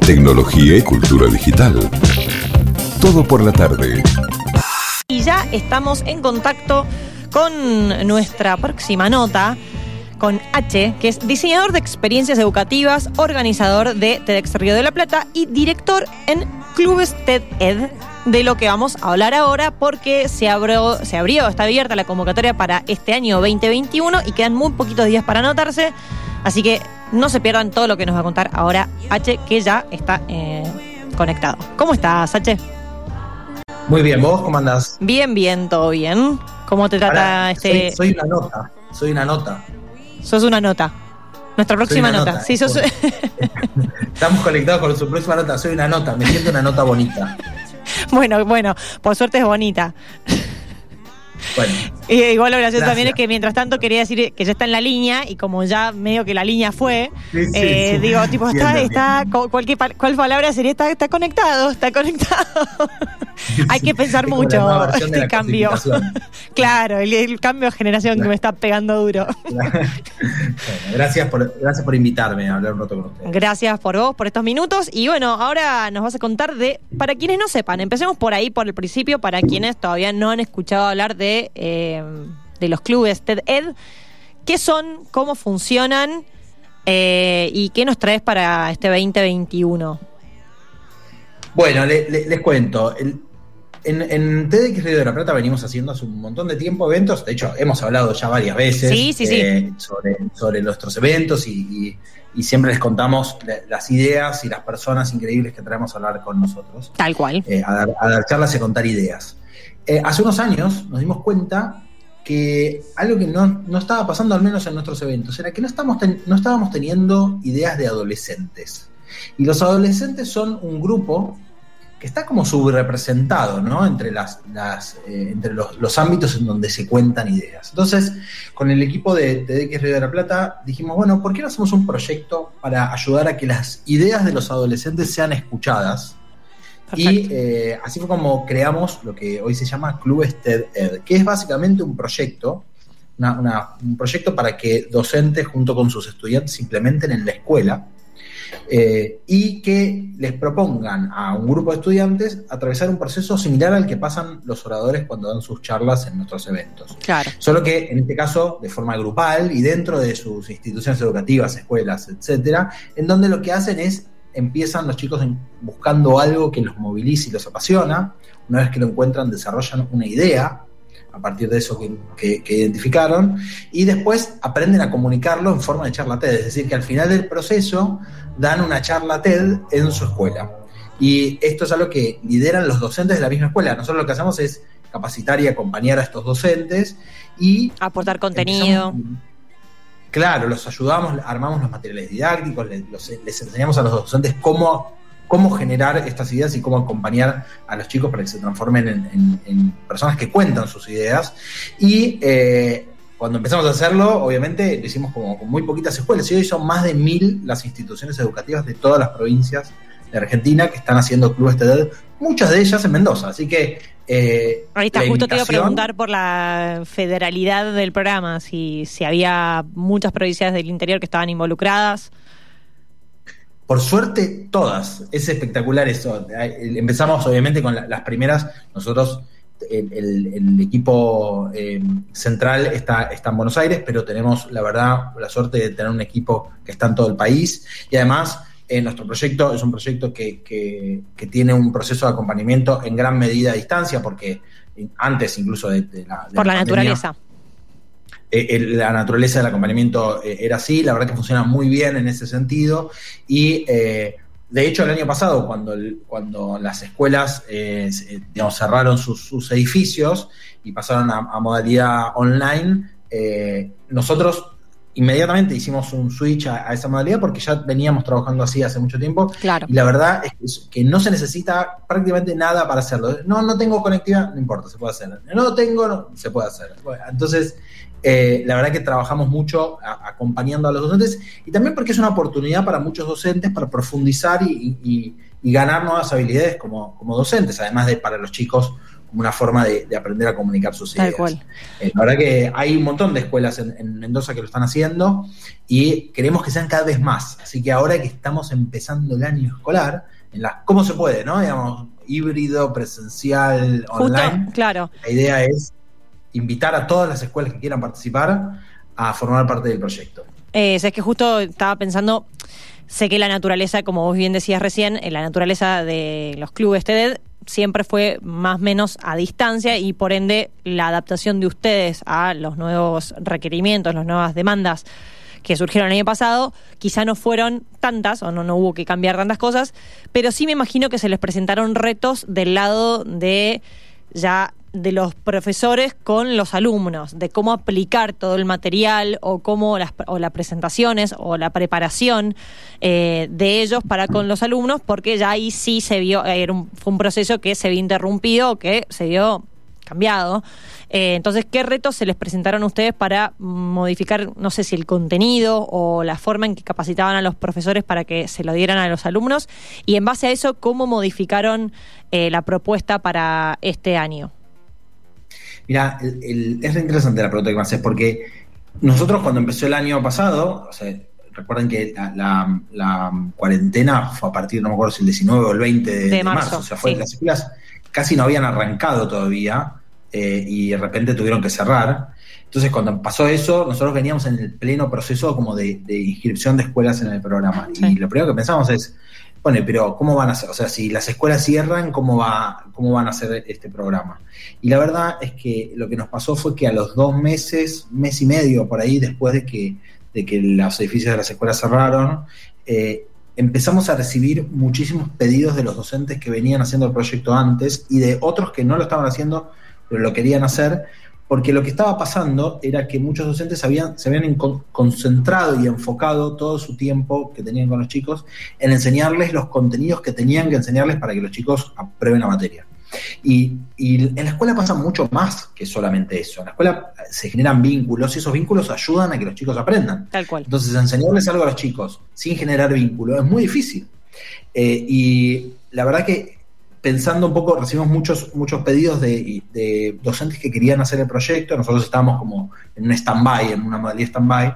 tecnología y cultura digital. Todo por la tarde. Y ya estamos en contacto con nuestra próxima nota, con H, que es diseñador de experiencias educativas, organizador de TEDx Río de la Plata y director en Clubes TED-Ed, de lo que vamos a hablar ahora, porque está abierta la convocatoria para este año 2021 y quedan muy poquitos días para anotarse, así que no se pierdan todo lo que nos va a contar ahora H, que ya está conectado. ¿Cómo estás, H? Muy bien, ¿vos cómo andás? Bien, todo bien. ¿Cómo te trata Ahora, soy una nota. Sos una nota. Nuestra próxima nota. Sí, sos... Estamos conectados con su próxima nota. Soy una nota, me siento una nota bonita. Bueno, por suerte es bonita. Bueno. Y igual lo gracioso también es que mientras tanto quería decir que ya está en la línea, y como ya medio que la línea fue, sí. Digo, tipo, está ¿cuál palabra sería? Está conectado. Hay que pensar mucho este cambio. Claro, el cambio de generación que me está pegando duro. Bueno, gracias por invitarme a hablar un rato con ustedes. Gracias por vos, por estos minutos. Y bueno, ahora nos vas a contar para quienes no sepan, empecemos por ahí, por el principio, para quienes todavía no han escuchado hablar de los clubes TED-Ed, qué son, cómo funcionan y qué nos traes para este 2021. Bueno, les cuento. En TEDx Río de la Plata venimos haciendo hace un montón de tiempo eventos. De hecho, hemos hablado ya varias veces sobre nuestros eventos y siempre les contamos las ideas y las personas increíbles que traemos a hablar con nosotros. Tal cual. A dar charlas y a contar ideas. Hace unos años nos dimos cuenta que algo que no estaba pasando, al menos en nuestros eventos, era que no estábamos teniendo ideas de adolescentes. Y los adolescentes son un grupo que está como subrepresentado, ¿no? Entre entre los ámbitos en donde se cuentan ideas. Entonces, con el equipo de TEDx Río de la Plata dijimos, bueno, ¿por qué no hacemos un proyecto para ayudar a que las ideas de los adolescentes sean escuchadas? Perfecto. Y así fue como creamos lo que hoy se llama Clubes TED-Ed, que es básicamente un proyecto, un proyecto para que docentes junto con sus estudiantes implementen en la escuela y que les propongan a un grupo de estudiantes atravesar un proceso similar al que pasan los oradores cuando dan sus charlas en nuestros eventos. Claro. Solo que en este caso de forma grupal y dentro de sus instituciones educativas, escuelas, etcétera, en donde lo que hacen es empiezan los chicos buscando algo que los movilice y los apasiona. Una vez que lo encuentran, desarrollan una idea a partir de eso que identificaron, y después aprenden a comunicarlo en forma de charla TED, es decir, que al final del proceso dan una charla TED en su escuela. Y esto es algo que lideran los docentes de la misma escuela. Nosotros lo que hacemos es capacitar y acompañar a estos docentes y aportar contenido. Claro, los ayudamos, armamos los materiales didácticos, les enseñamos a los docentes cómo generar estas ideas y cómo acompañar a los chicos para que se transformen en personas que cuentan sus ideas. Y cuando empezamos a hacerlo, obviamente lo hicimos como con muy poquitas escuelas, y hoy son más de 1.000 las instituciones educativas de todas las provincias de Argentina que están haciendo clubes TED, muchas de ellas en Mendoza, así que ahí está, justo te iba a preguntar por la federalidad del programa, si había muchas provincias del interior que estaban involucradas. Por suerte, todas. Es espectacular eso. Empezamos, obviamente, con las primeras. Nosotros, el equipo central está en Buenos Aires, pero tenemos, la verdad, la suerte de tener un equipo que está en todo el país. Y además, nuestro proyecto es un proyecto que tiene un proceso de acompañamiento en gran medida a distancia, porque antes incluso de la por la pandemia, naturaleza. La naturaleza del acompañamiento era así, la verdad que funciona muy bien en ese sentido, y de hecho el año pasado cuando las escuelas cerraron sus edificios y pasaron a modalidad online, nosotros inmediatamente hicimos un switch a esa modalidad porque ya veníamos trabajando así hace mucho tiempo. Claro. Y la verdad es que no se necesita prácticamente nada para hacerlo. No tengo conectividad, no importa, se puede hacer. No, se puede hacer. Bueno, entonces, la verdad que trabajamos mucho acompañando a los docentes, y también porque es una oportunidad para muchos docentes para profundizar y ganar nuevas habilidades como docentes, además de para los chicos una forma de aprender a comunicar sus ideas. Tal cual. La verdad que hay un montón de escuelas en Mendoza que lo están haciendo y queremos que sean cada vez más. Así que ahora que estamos empezando el año escolar, ¿cómo se puede, no? Digamos, híbrido, presencial, Justo, online. claro. La idea es invitar a todas las escuelas que quieran participar a formar parte del proyecto. Es que justo estaba pensando, sé que la naturaleza, como vos bien decías recién, la naturaleza de los clubes TED siempre fue más o menos a distancia y por ende la adaptación de ustedes a los nuevos requerimientos, las nuevas demandas que surgieron el año pasado, quizá no fueron tantas o no hubo que cambiar tantas cosas, pero sí me imagino que se les presentaron retos del lado de los profesores con los alumnos, de cómo aplicar todo el material o cómo las presentaciones o la preparación de ellos para con los alumnos, porque ya ahí sí se vio, fue un proceso que se vio interrumpido, que se vio cambiado. Entonces, ¿qué retos se les presentaron a ustedes para modificar, no sé si el contenido o la forma en que capacitaban a los profesores para que se lo dieran a los alumnos? Y en base a eso, ¿cómo modificaron la propuesta para este año? Mira, es re interesante la pregunta que me haces, porque nosotros cuando empezó el año pasado, o sea, recuerden que la cuarentena fue a partir, no me acuerdo si el 19 o el 20 de marzo. O sea, sí. Las escuelas casi no habían arrancado todavía y de repente tuvieron que cerrar. Entonces, cuando pasó eso, nosotros veníamos en el pleno proceso como de inscripción de escuelas en el programa. Sí. Y lo primero que pensamos es, bueno, pero ¿cómo van a hacer? O sea, si las escuelas cierran, ¿cómo van a hacer este programa? Y la verdad es que lo que nos pasó fue que a los 2 meses, mes y medio por ahí, después de que los edificios de las escuelas cerraron, empezamos a recibir muchísimos pedidos de los docentes que venían haciendo el proyecto antes y de otros que no lo estaban haciendo, pero lo querían hacer, porque lo que estaba pasando era que muchos docentes se habían concentrado y enfocado todo su tiempo que tenían con los chicos en enseñarles los contenidos que tenían que enseñarles para que los chicos aprueben la materia. Y en la escuela pasa mucho más que solamente eso. En la escuela se generan vínculos y esos vínculos ayudan a que los chicos aprendan. Tal cual. Entonces, enseñarles algo a los chicos sin generar vínculos es muy difícil. Y la verdad que pensando un poco, recibimos muchos pedidos de docentes que querían hacer el proyecto. Nosotros estábamos como en un stand-by, en una modalidad stand-by,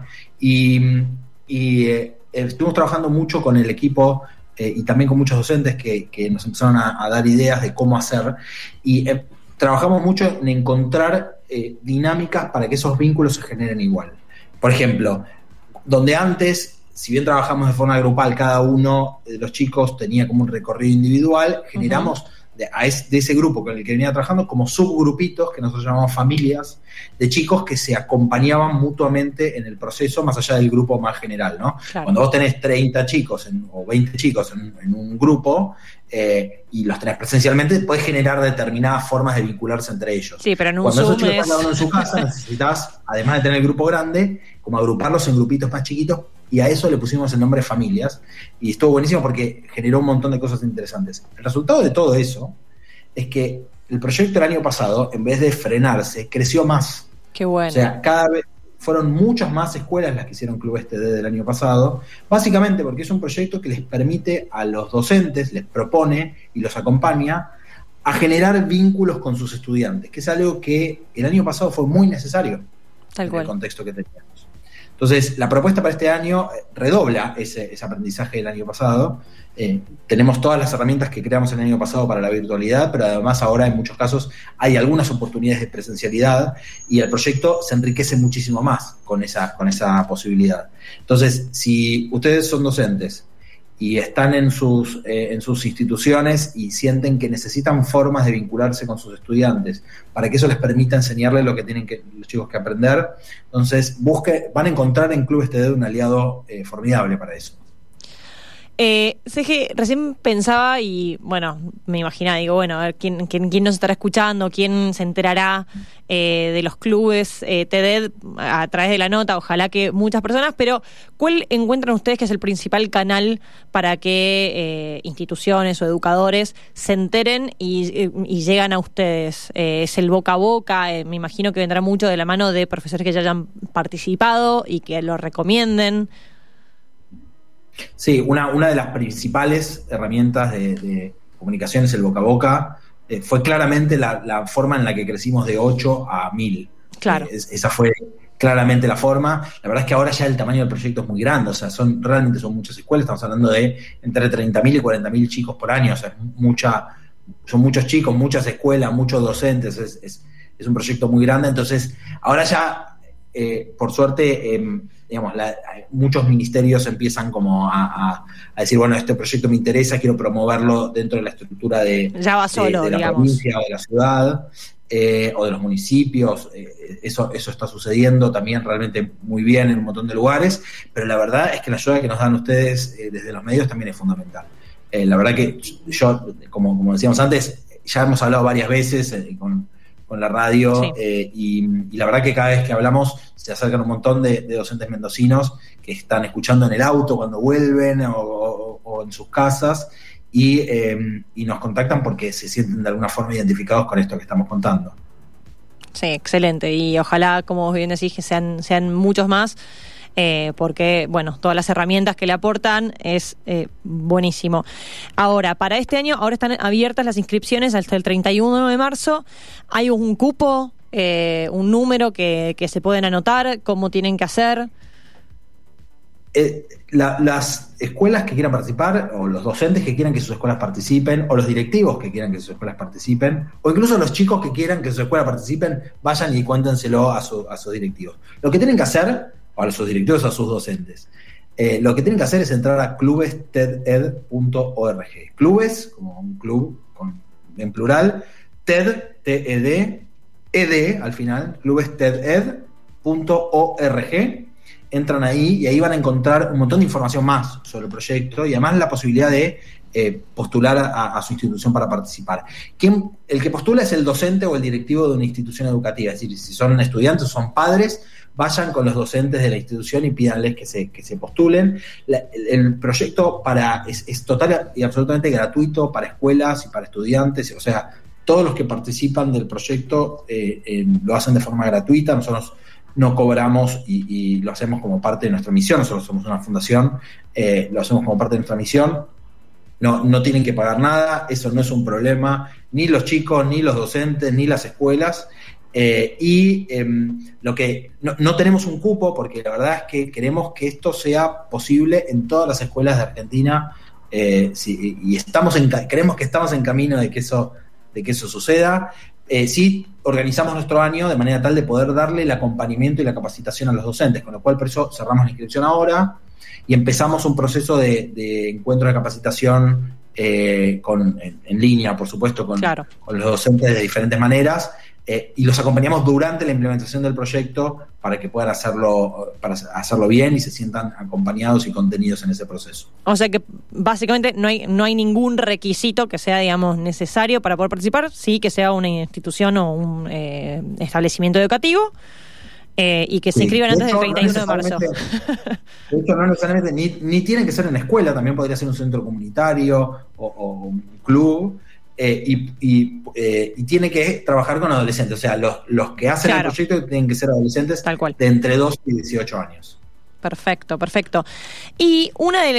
y estuvimos trabajando mucho con el equipo y también con muchos docentes que nos empezaron a dar ideas de cómo hacer, y trabajamos mucho en encontrar dinámicas para que esos vínculos se generen igual. Por ejemplo, donde antes, si bien trabajamos de forma grupal, cada uno de los chicos tenía como un recorrido individual, generamos de ese grupo con el que venía trabajando como subgrupitos que nosotros llamamos familias de chicos que se acompañaban mutuamente en el proceso más allá del grupo más general, ¿no? Claro. Cuando vos tenés 30 chicos o 20 chicos en un grupo y los tenés presencialmente, podés generar determinadas formas de vincularse entre ellos. Sí, pero en un Cuando Zoom esos chicos están cada uno en su casa, necesitas, además de tener el grupo grande, como agruparlos en grupitos más chiquitos, y a eso le pusimos el nombre familias, y estuvo buenísimo porque generó un montón de cosas interesantes. El resultado de todo eso es que el proyecto el año pasado, en vez de frenarse, creció más. Qué bueno. O sea, cada vez fueron muchas más escuelas las que hicieron Clubes TD del año pasado, básicamente porque es un proyecto que les permite a los docentes, les propone y los acompaña a generar vínculos con sus estudiantes, que es algo que el año pasado fue muy necesario en el contexto que teníamos. Entonces, la propuesta para este año redobla ese aprendizaje del año pasado. Tenemos todas las herramientas que creamos el año pasado para la virtualidad, pero además ahora en muchos casos hay algunas oportunidades de presencialidad y el proyecto se enriquece muchísimo más con esa posibilidad. Entonces, si ustedes son docentes y están en sus instituciones y sienten que necesitan formas de vincularse con sus estudiantes para que eso les permita enseñarles lo que tienen los chicos que aprender, entonces van a encontrar en Clubes TD un aliado formidable para eso. Sergio, recién pensaba y, bueno, me imaginaba, digo, bueno, a ver quién nos estará escuchando, quién se enterará de los clubes TED a través de la nota, ojalá que muchas personas, pero ¿cuál encuentran ustedes que es el principal canal para que instituciones o educadores se enteren y llegan a ustedes? ¿Es el boca a boca? Me imagino que vendrá mucho de la mano de profesores que ya hayan participado y que lo recomienden. Sí, una de las principales herramientas de comunicación es el boca a boca. fue claramente la forma en la que crecimos de 8 a 1000. Claro. Esa fue claramente la forma. La verdad es que ahora ya el tamaño del proyecto es muy grande, o sea, realmente son muchas escuelas, estamos hablando de entre 30.000 y 40.000 chicos por año, o sea, son muchos chicos, muchas escuelas, muchos docentes, es un proyecto muy grande. Entonces ahora ya, por suerte, digamos, muchos ministerios empiezan como a decir, bueno, este proyecto me interesa, quiero promoverlo dentro de la estructura ya va solo, de la digamos, provincia o de la ciudad. O de los municipios, eso está sucediendo también realmente muy bien en un montón de lugares, pero la verdad es que la ayuda que nos dan ustedes desde los medios también es fundamental. La verdad que yo, como decíamos antes, ya hemos hablado varias veces con la radio, sí. Y la verdad que cada vez que hablamos se acercan un montón de docentes mendocinos que están escuchando en el auto cuando vuelven o en sus casas, y nos contactan porque se sienten de alguna forma identificados con esto que estamos contando. Sí, excelente. Y ojalá, como vos bien decís, que sean muchos más, porque, bueno, todas las herramientas que le aportan es buenísimo. Ahora, para este año, ahora están abiertas las inscripciones hasta el 31 de marzo. ¿Hay un cupo, un número que se pueden anotar? ¿Cómo tienen que hacer? Las escuelas que quieran participar, o los docentes que quieran que sus escuelas participen, o los directivos que quieran que sus escuelas participen, o incluso los chicos que quieran que sus escuelas participen, vayan y cuéntenselo a sus directivos. Lo que tienen que hacer, o a sus directivos o a sus docentes, lo que tienen que hacer es entrar a clubesteded.org. Clubes, como un club en plural, TED, T-E-D, ED al final, clubesteded.org. Entran ahí y ahí van a encontrar un montón de información más sobre el proyecto y además la posibilidad de postular a su institución para participar. El que postula es el docente o el directivo de una institución educativa, es decir, si son estudiantes o son padres, vayan con los docentes de la institución y pídanles que se postulen. El proyecto es total y absolutamente gratuito para escuelas y para estudiantes, o sea, todos los que participan del proyecto lo hacen de forma gratuita. Nosotros no cobramos y lo hacemos como parte de nuestra misión. Nosotros somos una fundación, lo hacemos como parte de nuestra misión. No tienen que pagar nada, eso no es un problema, ni los chicos, ni los docentes, ni las escuelas. Lo que no tenemos un cupo, porque la verdad es que queremos que esto sea posible en todas las escuelas de Argentina, y creemos que estamos en camino de que eso suceda. Sí organizamos nuestro año de manera tal de poder darle el acompañamiento y la capacitación a los docentes, con lo cual por eso cerramos la inscripción ahora y empezamos un proceso de encuentro de capacitación en línea, por supuesto, con los docentes de diferentes maneras, y los acompañamos durante la implementación del proyecto para que puedan hacerlo bien y se sientan acompañados y contenidos en ese proceso. O sea que básicamente no hay ningún requisito que sea, digamos, necesario para poder participar, sí que sea una institución o un establecimiento educativo, y que se inscriban antes del 31 de marzo. De hecho, no necesariamente, ni tienen que ser en escuela, también podría ser un centro comunitario o un club. Y tiene que trabajar con adolescentes, o sea, los que hacen el proyecto tienen que ser adolescentes de entre 2 y 18 años. Perfecto. Y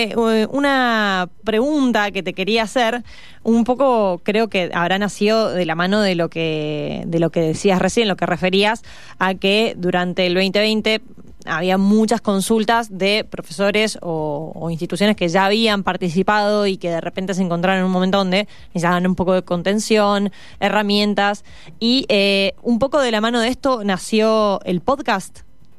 una pregunta que te quería hacer, un poco creo que habrá nacido de la mano de lo que decías recién, lo que referías a que durante el 2020 había muchas consultas de profesores o instituciones que ya habían participado y que de repente se encontraron en un momento donde necesitaban un poco de contención, herramientas, y un poco de la mano de esto nació el podcast.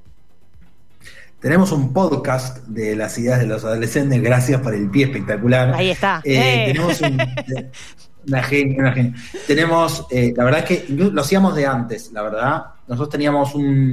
Tenemos un podcast de las ideas de los adolescentes, gracias por el pie espectacular. Ahí está. Tenemos una genia. Tenemos, la verdad es que lo hacíamos de antes, la verdad. Nosotros teníamos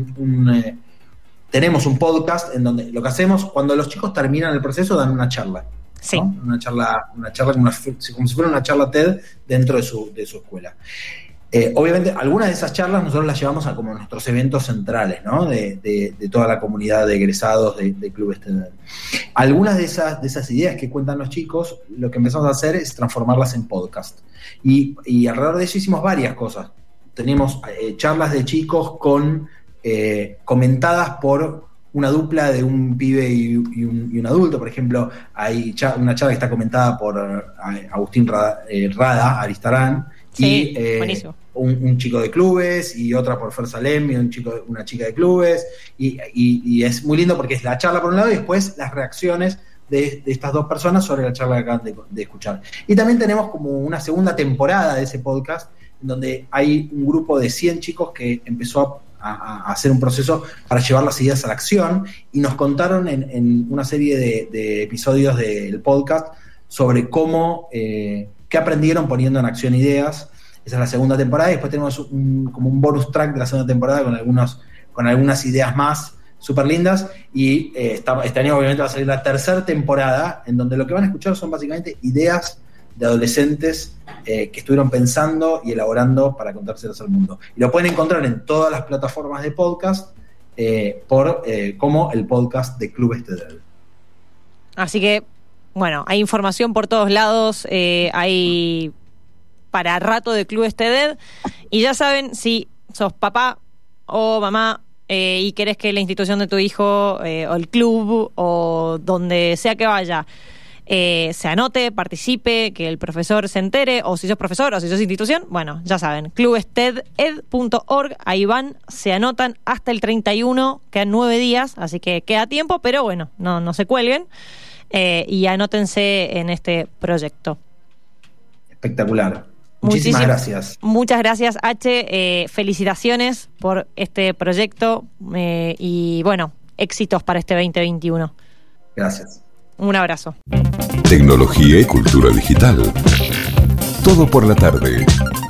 tenemos un podcast en donde lo que hacemos, cuando los chicos terminan el proceso, dan una charla. Sí. ¿No? Una charla como si fuera una charla TED dentro de su escuela. Obviamente, algunas de esas charlas nosotros las llevamos a como nuestros eventos centrales, ¿no? De toda la comunidad de egresados de Clubes TED. Algunas de esas ideas que cuentan los chicos, lo que empezamos a hacer es transformarlas en podcast. Y alrededor de eso hicimos varias cosas. Tenemos charlas de chicos comentadas por una dupla de un pibe y un adulto. Por ejemplo, hay una charla que está comentada por Agustín Rada Aristarán, Sí, y buenísimo. un chico de clubes y otra por Fer Salem y una chica de clubes. Y es muy lindo porque es la charla por un lado y después las reacciones de estas dos personas sobre la charla que acaban de escuchar. Y también tenemos como una segunda temporada de ese podcast, en donde hay un grupo de 100 chicos que empezó a hacer un proceso para llevar las ideas a la acción, y nos contaron en una serie de episodios del podcast sobre cómo, qué aprendieron poniendo en acción ideas. Esa es la segunda temporada, y después tenemos como un bonus track de la segunda temporada con algunas ideas más súper lindas, y este año obviamente va a salir la tercera temporada, en donde lo que van a escuchar son básicamente ideas de adolescentes que estuvieron pensando y elaborando para contárselas al mundo. Y lo pueden encontrar en todas las plataformas de podcast como el podcast de Club TED. Así que, bueno, hay información por todos lados, hay para rato de Club TED, y ya saben, si sos papá o mamá y querés que la institución de tu hijo o el club o donde sea que vaya se anote, participe, que el profesor se entere, o si sos profesor o si sos institución, bueno, ya saben, clubested.org, ahí van, se anotan hasta el 31, quedan 9 días, así que queda tiempo, pero bueno, no se cuelguen y anótense en este proyecto. Espectacular. Muchísimas gracias. Muchas gracias, H. Felicitaciones por este proyecto y, bueno, éxitos para este 2021. Gracias. Un abrazo. Tecnología y cultura digital. Todo por la tarde.